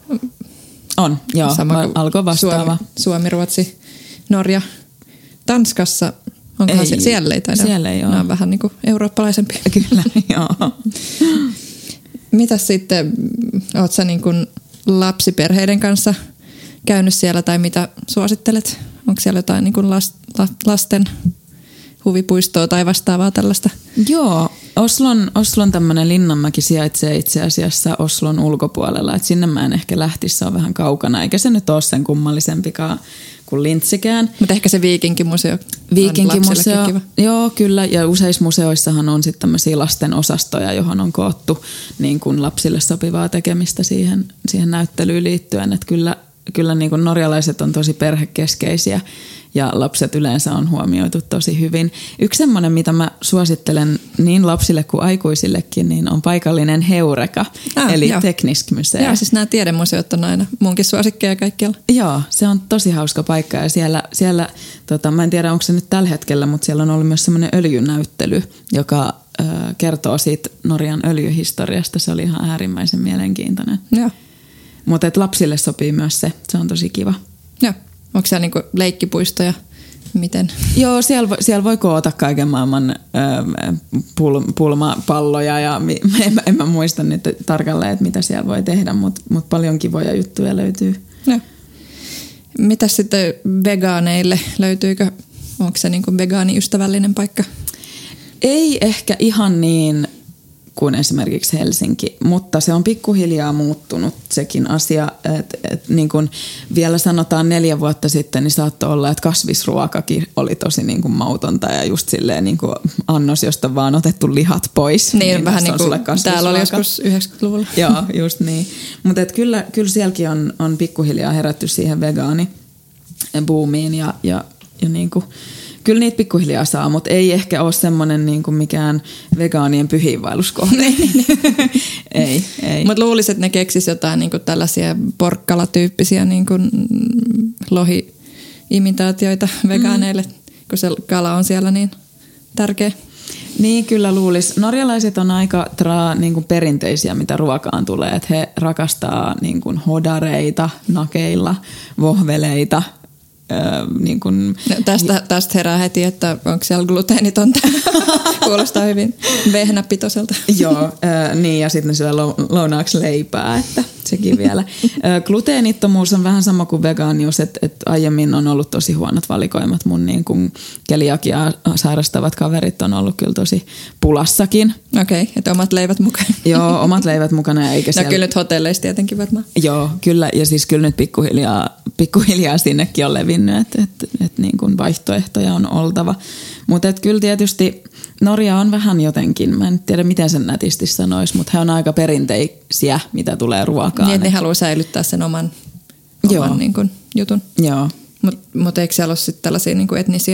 On, joo. Alkoi vastaava. Suomi, Ruotsi, Norja. Tanskassa, onkohan siellä ei taida? Siellä ei ole. Ne on vähän niin kuin eurooppalaisempi. Kyllä, joo. Mitäs sitten, oot sä niin kuin lapsiperheiden kanssa käynyt siellä tai mitä suosittelet? Onko siellä jotain niin kuin lasten huvipuistoa tai vastaavaa tällaista? Joo, Oslon tämmöinen Linnanmäki sijaitsee itse asiassa Oslon ulkopuolella, että sinne mä en ehkä lähtisi, se on vähän kaukana, eikä se nyt ole sen kummallisempikaan kuin Lintsikään. Mutta ehkä se Viikinkimuseo Viikinkimuseo, joo kyllä, ja useissa museoissahan on sitten tämmöisiä lasten osastoja, johon on koottu niin kuin lapsille sopivaa tekemistä siihen näyttelyyn liittyen, että kyllä niin kuin norjalaiset on tosi perhekeskeisiä ja lapset yleensä on huomioitu tosi hyvin. Yksi semmoinen, mitä mä suosittelen niin lapsille kuin aikuisillekin, niin on paikallinen Heureka, eli Teknisk Museo. Joo, siis nämä tiedemuseot on aina munkin suosikkeja kaikkialla. Joo, se on tosi hauska paikka ja siellä mä en tiedä onko se nyt tällä hetkellä, mutta siellä on ollut myös semmoinen öljynäyttely, joka kertoo siitä Norjan öljyhistoriasta. Se oli ihan äärimmäisen mielenkiintoinen. Joo. Mutta lapsille sopii myös se on tosi kiva. Joo. Onko siellä niinku leikkipuistoja? Miten? Joo, siellä voi koota kaiken maailman pulmapalloja ja en mä muista nyt tarkalleen, että mitä siellä voi tehdä, mutta paljon kivoja juttuja löytyy. Joo. Mitäs sitten vegaaneille? Löytyykö, onko se niinku vegaaniystävällinen paikka? Ei ehkä ihan niin kuin esimerkiksi Helsinki, mutta se on pikkuhiljaa muuttunut sekin asia, että niin kuin vielä sanotaan 4 vuotta sitten, niin saattoi olla, että kasvisruokakin oli tosi niin kuin mautonta ja just silleen niin kuin annos, josta vaan otettu lihat pois. Niin vähän niin kuin täällä oli joskus 90-luvulla. Joo, just niin. Mutta kyllä sielläkin on pikkuhiljaa herätty siihen vegaani-boomiin ja niin kuin kyllä niitä pikkuhiljaa saa, mutta ei ehkä ole semmoinen niin kuin mikään vegaanien pyhiinvaelluskohde. ei. Mutta luulisin, että ne keksisi jotain niin kuin tällaisia porkkala-tyyppisiä niin kuin lohi-imitaatioita vegaaneille, kun se kala on siellä niin tärkeä. Niin, kyllä luulisi. Norjalaiset on aika niin kuin perinteisiä, mitä ruokaan tulee. Että he rakastaa niin kuin hodareita, nakeilla, vohveleita. Niin kun tästä herää heti, että onko siellä gluteenitonta. Kuulostaa hyvin vehnäpitoiselta. Joo, niin ja sitten syö lounaaksi leipää, että sekin vielä. Gluteenittomuus on vähän sama kuin vegaanius, että aiemmin on ollut tosi huonot valikoimat. Mun niin kuin keliakiaa sairastavat kaverit on ollut kyllä tosi pulassakin. Okei, että omat leivät mukana. Joo, omat leivät mukana. Eikä siellä... kyllä nyt hotelleissa tietenkin varmaan. Joo, kyllä. Ja siis kyllä nyt pikkuhiljaa sinnekin on levinnyt, että niin kuin vaihtoehtoja on oltava. Mutta kyllä tietysti Norja on vähän jotenkin, mä en tiedä miten sen nätisti sanoisi, mutta he on aika perinteisiä, mitä tulee ruokaan. Niin, että ne haluaa säilyttää sen oman niin kuin jutun. Joo. Mutta eikö siellä ole sitten tällaisia niin kuin etnisiä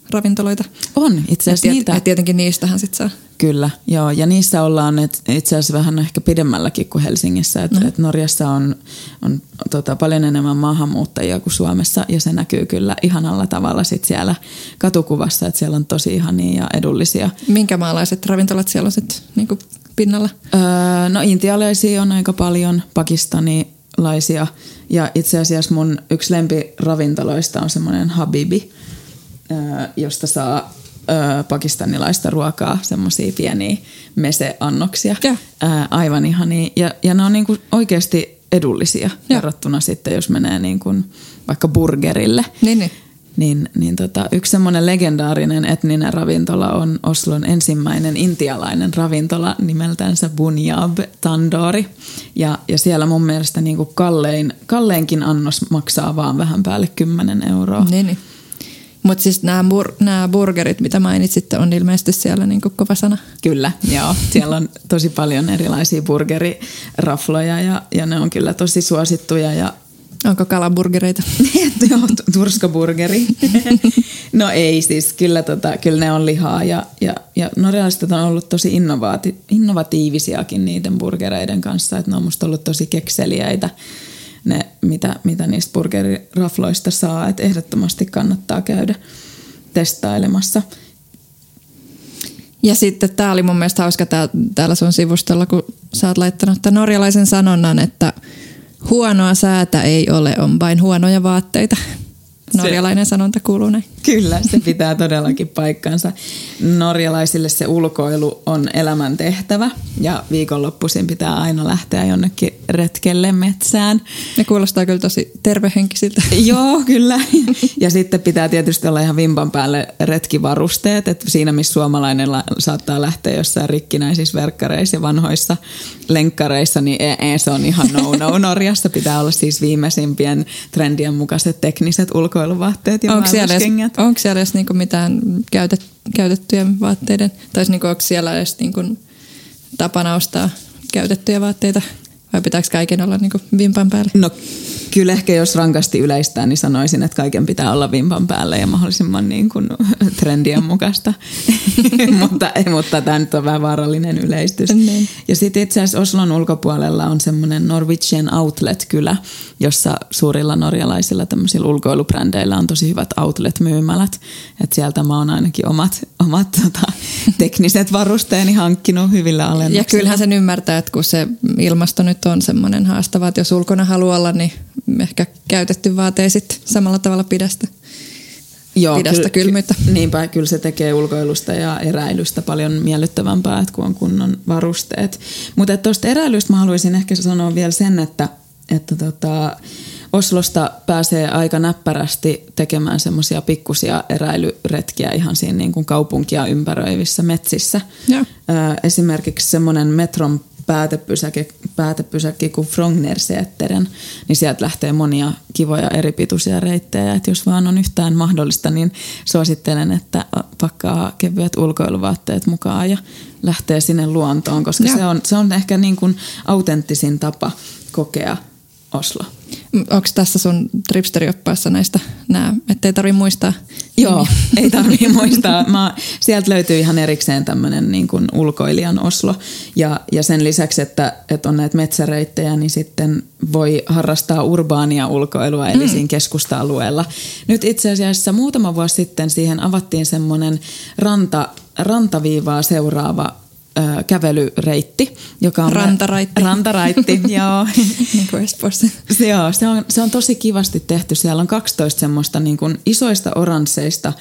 ravintoloita. On itse asiassa niitä. Et tietenkin niistähän sit saa. Kyllä, joo. Ja niissä ollaan itse asiassa vähän ehkä pidemmälläkin kuin Helsingissä. Et Norjassa on paljon enemmän maahanmuuttajia kuin Suomessa ja se näkyy kyllä ihanalla tavalla sit siellä katukuvassa, että siellä on tosi ihania ja edullisia. Minkä maalaiset ravintolat siellä on sitten niinku pinnalla? No intialaisia on aika paljon, pakistanilaisia ja itse asiassa mun yksi lempiravintoloista on semmoinen Habibi, josta saa pakistanilaista ruokaa, semmoisia pieniä mese-annoksia. Aivan ihania. Ja ne on niinku oikeasti edullisia verrattuna sitten, jos menee niinku vaikka burgerille. Niin, yksi semmoinen legendaarinen etninen ravintola on Oslon ensimmäinen intialainen ravintola nimeltänsä Bunyab Tandoori. Ja siellä mun mielestä niinku kalleinkin annos maksaa vaan vähän päälle 10 euroa. Niin. Mutta siis nämä burgerit, mitä mainitsitte, on ilmeisesti siellä niinku kova sana. Kyllä, joo. Siellä on tosi paljon erilaisia burgerirafloja ja ne on kyllä tosi suosittuja. Ja onko kalaburgereita? Joo, turskaburgeri. No ei siis, kyllä ne on lihaa ja norjalaiset on ollut tosi innovatiivisiakin niiden burgereiden kanssa, että ne on musta ollut tosi kekseliäitä. Ne, mitä niistä burgerirafloista saa, että ehdottomasti kannattaa käydä testailemassa. Ja sitten tämä oli mun mielestä hauska täällä sun sivustolla, kun sä oot laittanut tämän norjalaisen sanonnan, että huonoa säätä ei ole, on vain huonoja vaatteita. Norjalainen sanonta kuuluu näin. Kyllä, se pitää todellakin paikkansa. Norjalaisille se ulkoilu on elämäntehtävä ja viikonloppuisin pitää aina lähteä jonnekin retkelle metsään. Ne kuulostaa kyllä tosi tervehenkisiltä. Joo, kyllä. Ja sitten pitää tietysti olla ihan vimpan päälle retkivarusteet, että siinä missä suomalainen saattaa lähteä jossain rikkinäisissä verkkareissa ja vanhoissa lenkkareissa, niin se on ihan no. Norjassa pitää olla siis viimeisimpien trendien mukaiset tekniset ulkoiluvaatteet ja vaelluskengät. Onko siellä edes niinku mitään käytettyjä vaatteiden, tai niinku onko siellä edes niinku tapana ostaa käytettyjä vaatteita, vai pitääkö kaiken olla niinku vimpan päällä? No kyllä ehkä jos rankasti yleistää, niin sanoisin, että kaiken pitää olla vimpan päällä ja mahdollisimman niin kuin trendien mukaista. mutta tämä nyt on vähän vaarallinen yleistys. Ja sitten itse asiassa Oslon ulkopuolella on semmoinen Norwegian Outlet-kylä, jossa suurilla norjalaisilla tämmöisillä ulkoilubrändeillä on tosi hyvät outlet-myymälät. Että sieltä mä oon ainakin omat tekniset varusteeni hankkinut hyvillä alennuksilla. Ja kyllähän sen ymmärtää, että kun se ilmasto nyt on semmoinen haastava, että jos ulkona haluaa olla, niin ehkä käytetty vaate ei sitten samalla tavalla pidästä kylmyyttä. Niinpä, kyllä se tekee ulkoilusta ja eräilystä paljon miellyttävämpää, että kun on kunnon varusteet. Mutta tuosta eräilystä mä haluaisin ehkä sanoa vielä sen, että Oslosta pääsee aika näppärästi tekemään semmoisia pikkusia eräilyretkiä ihan siinä niin kuin kaupunkia ympäröivissä metsissä. Esimerkiksi semmoinen metron päätepysäkki kuin Frognersäteren, niin sieltä lähtee monia kivoja eri pituisia reittejä. Et jos vaan on yhtään mahdollista, niin suosittelen, että pakkaa kevyet ulkoiluvaatteet mukaan ja lähtee sinne luontoon, koska se on ehkä niin kuin autenttisin tapa kokea Oslo. Onko tässä sun tripsterioppaassa näistä ettei tarvitse muistaa? Joo, ei tarvitse muistaa. Sieltä löytyy ihan erikseen tämmöinen niin kuin ulkoilijan Oslo. Ja sen lisäksi, että on näitä metsäreittejä, niin sitten voi harrastaa urbaania ulkoilua, eli siinä keskusta-alueella. Nyt itse asiassa muutama vuosi sitten siihen avattiin semmoinen rantaviivaa seuraava kävelyreitti, joka on rantaraitti, joo. Niin kuin Espoossa. Joo, se on tosi kivasti tehty. Siellä on 12 semmoista niin kuin isoista oransseista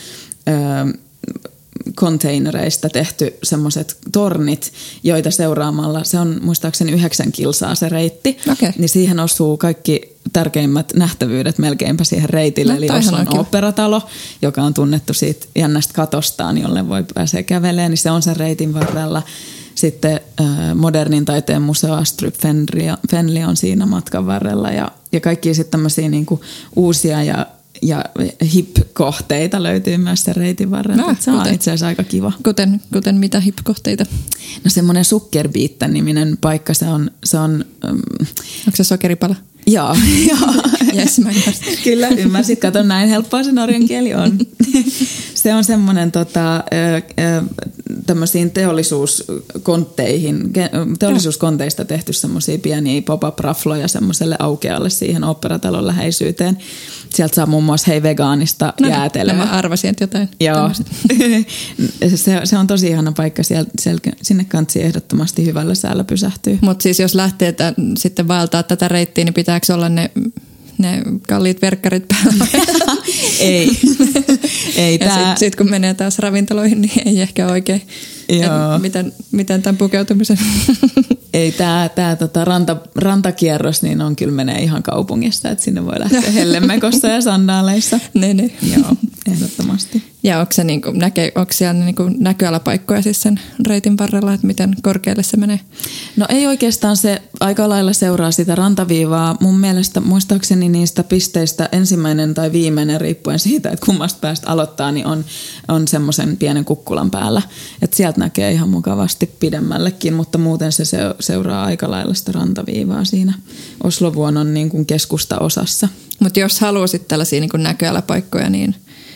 containereista tehty semmoiset tornit, joita seuraamalla, se on muistaakseni 9 kilsaa se reitti, niin siihen osuu kaikki tärkeimmät nähtävyydet melkeinpä siihen reitille. Eli Oslon oopperatalo, joka on tunnettu siitä jännästä katostaan, jolle voi pääsee kävelemään, niin se on sen reitin varrella. Sitten modernin taiteen museo Astrup Fenley on siinä matkan varrella ja kaikki sitten tämmöisiä niinku uusia ja hip-kohteita löytyy myös sen reitin varrella. Se on itse asiassa aika kiva. Kuten mitä hip-kohteita? No semmoinen Sukkerbiitta-niminen paikka, se on onko se sokeripala? Joo. Yes, mä ymmärsin. Kyllä, ymmärsit. Kato, näin helppoa se norjan kieli on. Se on semmoinen tämmöisiin teollisuuskonteista tehty semmoisia pieniä pop-up-rafloja semmoiselle aukealle siihen oopperatalon läheisyyteen. Sieltä saa muun muassa vegaanista jäätelöä. Mä arvasin, että jotain. Joo. se on tosi ihana paikka. Sinne kansi ehdottomasti hyvällä säällä pysähtyy. Mutta siis jos lähtee sitten vaeltaa tätä reittiä, niin pitääkö olla ne kalliit verkkarit päällä? Ei. Ja sitten kun menee taas ravintoloihin, niin ei ehkä oikein. Miten tämän pukeutumisen? Ei, tämä rantakierros niin on kyllä menee ihan kaupungista, että sinne voi lähteä hellemekossa ja sandaaleissa. Ne. Joo, ehdottomasti. Ja onko siellä näköalapaikkoja siis sen reitin varrella, että miten korkealle se menee? No ei oikeastaan, se aika lailla seuraa sitä rantaviivaa. Mun mielestä muistaakseni niistä pisteistä ensimmäinen tai viimeinen riippuen siitä, että kummasta päästä aloittaa, niin on semmoisen pienen kukkulan päällä. Että sieltä näkee ihan mukavasti pidemmällekin, mutta muuten se seuraa aika lailla sitä rantaviivaa siinä Oslovuonon niin kuin keskustaosassa. Mutta jos haluaisit tällaisia niin kuin näköalapaikkoja, niin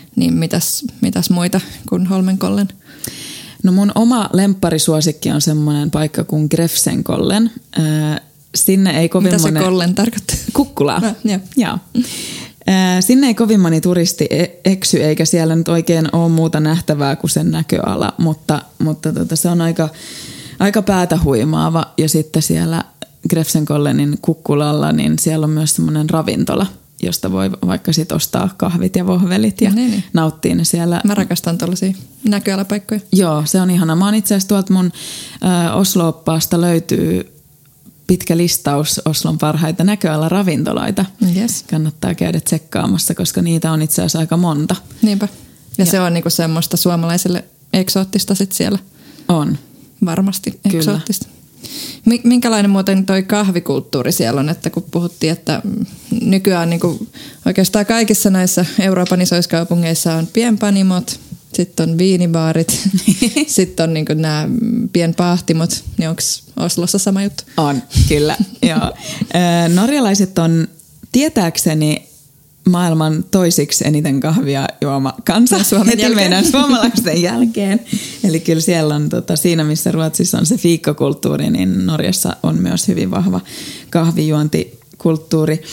mitäs muita kuin Holmenkollen? No mun oma lempparisuosikki on semmoinen paikka kuin Grefsenkollen. Sinne ei kovin mitä se kollen tarkoittaa? Kukkulaa. Joo. Sinne ei kovin moni turisti eksy, eikä siellä nyt oikein ole muuta nähtävää kuin sen näköala, mutta se on aika päätä huimaava. Ja sitten siellä Grefsenkollenin kukkulalla, niin siellä on myös semmoinen ravintola, josta voi vaikka sit ostaa kahvit ja vohvelit ja nauttii ne siellä. Mä rakastan tuollaisia näköalapaikkoja. Joo, se on ihana. Mä oon itse asiassa tuolta mun Oslo-oppaasta löytyy pitkä listaus Oslon parhaita näköalaravintoloita. Yes. Kannattaa käydä tsekkaamassa, koska niitä on itse asiassa aika monta. Niinpä. Ja se on niinku semmoista suomalaiselle eksoottista sit siellä. On. Varmasti eksoottista. Minkälainen muuten toi kahvikulttuuri siellä on, että kun puhuttiin, että nykyään niinku oikeastaan kaikissa näissä Euroopan isoissa kaupungeissa on pienpanimot, sitten on viinibaarit, sitten on niinku nämä pienpahtimot, niin onko Oslossa sama juttu? On, kyllä. Joo. Norjalaiset on tietääkseni maailman toisiksi eniten kahvia juoma kansa heti meidän suomalaisten jälkeen. Eli kyllä siellä on siinä, missä Ruotsissa on se fiikkakulttuuri, niin Norjassa on myös hyvin vahva kahvijuontikulttuuri.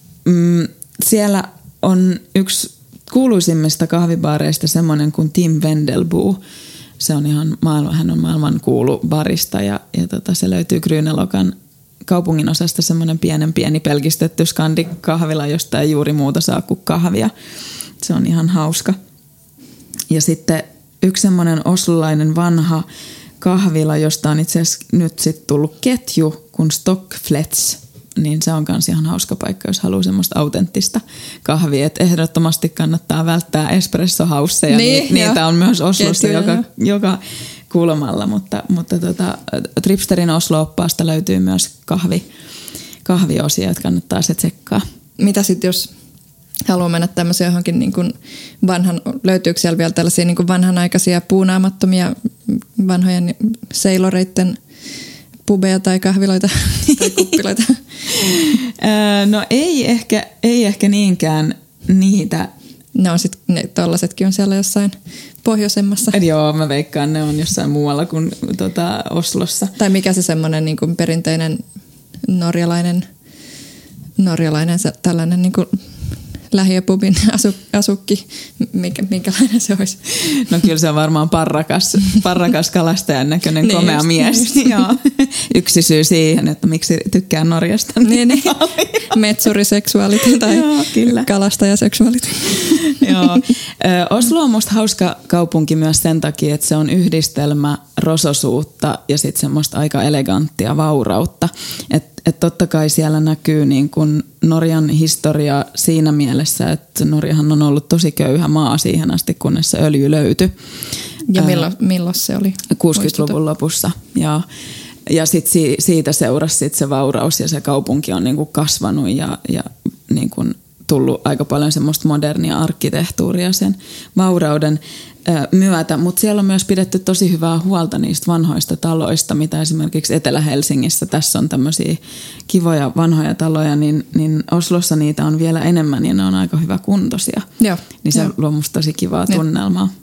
Siellä on yksi kuuluisimmista kahvibaareista semmoinen kuin Tim Wendelboe. Se on hän on maailman kuulu barista ja se löytyy Grünelokan kaupungin osasta semmoinen pieni pelkistetty skandikahvila, josta ei juuri muuta saa kuin kahvia. Se on ihan hauska. Ja sitten yksi semmoinen oslolainen vanha kahvila, josta on itse asiassa nyt sitten tullut ketju, kun Stockflets, niin se on myös ihan hauska paikka, jos haluaa semmoista autenttista kahvia. Et ehdottomasti kannattaa välttää espressohausseja, niitä on myös Oslossa joka kulmalla, mutta Tripsterin Oslo-oppaasta löytyy myös kahviosia, jotka kannattaa se tsekkaa. Mitä sitten, jos haluaa mennä tämmöisiä johonkin niin kuin löytyykö siellä vielä tällaisia niin kuin vanhanaikaisia puunaamattomia vanhojen seiloreitten pubeja tai kahviloita tai kuppiloita? No ei ehkä niinkään niitä. Ne on sitten, tollasetkin on siellä jossain pohjoisemmassa. Joo, mä veikkaan, ne on jossain muualla kuin Oslossa. Tai mikä se semmoinen niin kuin perinteinen norjalainen tällainen niin kuin lähiöpubin asukki, minkälainen se olisi? No kyllä se on varmaan parrakas kalastajan näköinen komea mies. Joo. Yksi syy siihen, että miksi tykkää Norjasta. Niin. Metsuriseksuaalit tai kalastajaseksuaalit. Joo. Oslo on musta hauska kaupunki myös sen takia, että se on yhdistelmä rososuutta ja sitten semmoista aika eleganttia vaurautta. Että totta kai siellä näkyy niin kuin Norjan historia siinä mielessä, että Norjahan on ollut tosi köyhä maa siihen asti, kunnes se öljy löytyi. Ja milloin se oli? 60-luvun lopussa, ja sitten siitä seurasi sit se vauraus ja se kaupunki on niin kuin kasvanut ja niin kuin tullut aika paljon semmoista modernia arkkitehtuuria sen vaurauden myötä, mutta siellä on myös pidetty tosi hyvää huolta niistä vanhoista taloista, mitä esimerkiksi Etelä-Helsingissä, tässä on tämmöisiä kivoja vanhoja taloja, niin Oslossa niitä on vielä enemmän ja ne on aika hyväkuntoisia. Joo. Niin se luo musta tosi kivaa tunnelmaa.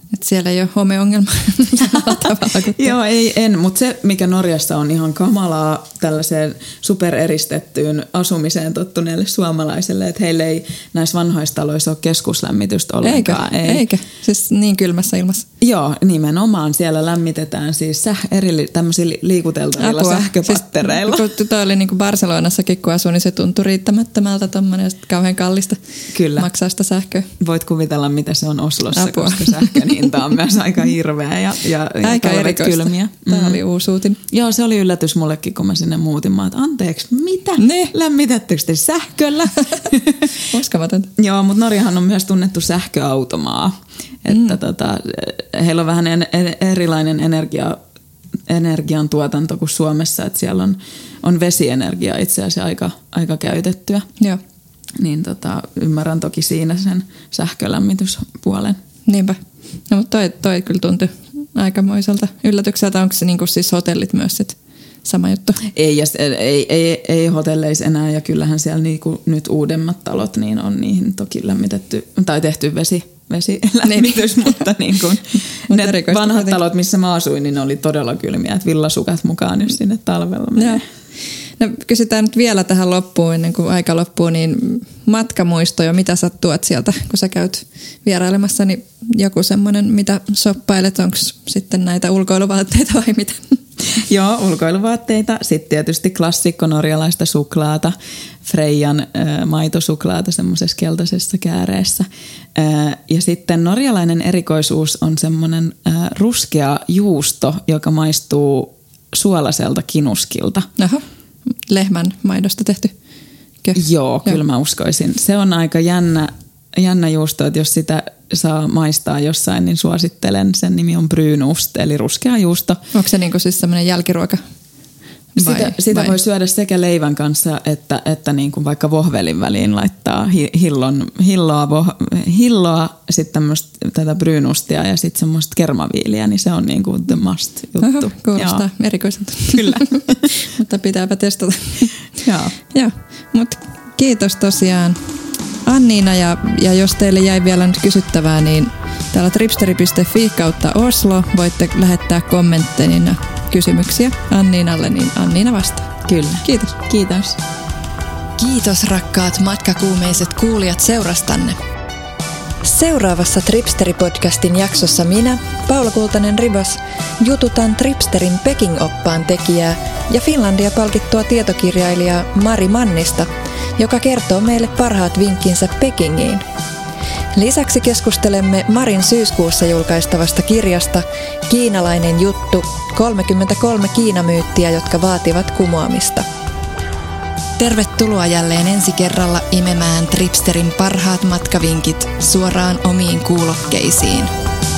Että siellä ei ole homeongelma samalla tavalla kuin Joo, en, mutta se mikä Norjassa on ihan kamalaa tällaiseen supereristettyyn asumiseen tottuneelle suomalaiselle, että heillä ei näissä vanhoissa taloissa ole keskuslämmitystä ollenkaan. Eikä, siis niin kylmässä ilmassa. Joo, nimenomaan siellä lämmitetään siis tämmöisillä liikuteltavilla sähköpattereilla. Siis, toi oli niin kuin Barcelonassakin, kun asuin, niin se tuntui riittämättömältä tommoinen ja sitten kauhean kallista maksaa sitä sähköä. Voit kuvitella, mitä se on Oslossa, koska sähkön hinta on myös aika hirveä ja aika erikoista. Kylmiä. Tämä oli uusi uutinen. Joo, se oli yllätys mullekin, kun mä sinne muutin. Mä että anteeksi, mitä? Lämmitättekö te sähköllä? Uskomatonta. Joo, mutta Norjahan on myös tunnettu sähköautomaa. Että heillä on vähän erilainen energiantuotanto kuin Suomessa, että siellä on vesienergia itse asiassa aika käytettyä. Joo. Niin ymmärrän toki siinä sen sähkölämmityspuolen. Niinpä. No, mutta toi kyllä tuntui aikamoiselta yllätykseltä. Onko se niinku siis hotellit myös sit sama juttu? Ei hotelleissa enää, ja kyllähän siellä niinku nyt uudemmat talot niin on niihin toki lämmitetty tai tehty vesilämmitys, mutta niin kuin ne vanhat talot, missä mä asuin, niin ne oli todella kylmiä, että villasukat mukaan, jos sinne talvella menee. No, kysytään nyt vielä tähän loppuun, ennen kuin aika loppuu, niin matkamuistoja, mitä sä tuot sieltä, kun sä käyt vierailemassa, niin joku semmoinen, mitä soppailet, onko sitten näitä ulkoiluvaatteita vai mitä? Joo, ulkoiluvaatteita, sitten tietysti klassikko norjalaista suklaata, Freijan maitosuklaata semmoisessa keltaisessa kääreessä. Ja sitten norjalainen erikoisuus on semmoinen ruskea juusto, joka maistuu suolaiselta kinuskilta. Aha. Lehmän maidosta tehty. Joo, kyllä mä uskoisin. Se on aika jännä juusto, että jos sitä saa maistaa jossain, niin suosittelen. Sen nimi on brynost, eli ruskea juusto. Onko se niinku siis semmoinen jälkiruoka? Sitä voi syödä sekä leivän kanssa, että niin kuin vaikka vohvelin väliin laittaa hilloa sitten tämmöistä tätä brynustia ja sitten semmoista kermaviiliä, niin se on niin kuin the must juttu. Oho, kuulostaa erikoiselta. Kyllä. Mutta pitääpä testata. Joo. Mutta kiitos tosiaan Anniina, ja jos teille jäi vielä nyt kysyttävää, niin täällä tripsteri.fi/Oslo voitte lähettää kommentteja ja kysymyksiä Anniinalle, niin Anniina vastaa. Kyllä. Kiitos. Kiitos. Kiitos rakkaat matkakuumeiset kuulijat seurastanne. Seuraavassa Tripsteri-podcastin jaksossa minä, Paula Kultanen-Ribas, jututan Tripsterin Peking-oppaan tekijää ja Finlandia palkittua tietokirjailijaa Mari Mannista, joka kertoo meille parhaat vinkkinsä Pekingiin. Lisäksi keskustelemme Marin syyskuussa julkaistavasta kirjasta Kiinalainen juttu, 33 Kiinamyyttiä, jotka vaativat kumoamista. Tervetuloa jälleen ensi kerralla imemään Tripsterin parhaat matkavinkit suoraan omiin kuulokkeisiin.